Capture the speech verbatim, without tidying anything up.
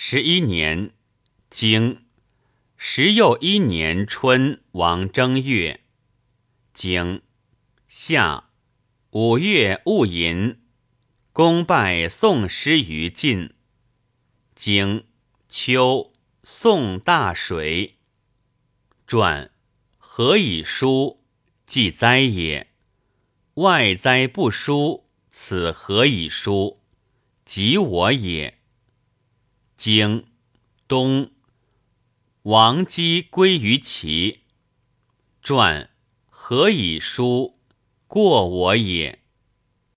十一年，经十又一年春王正月，经夏五月戊寅，公拜宋师于晋。经秋宋大水。传何以书？既灾也。外灾不书，此何以书？及我也。经冬，王姬归于齐。传何以书？过我也。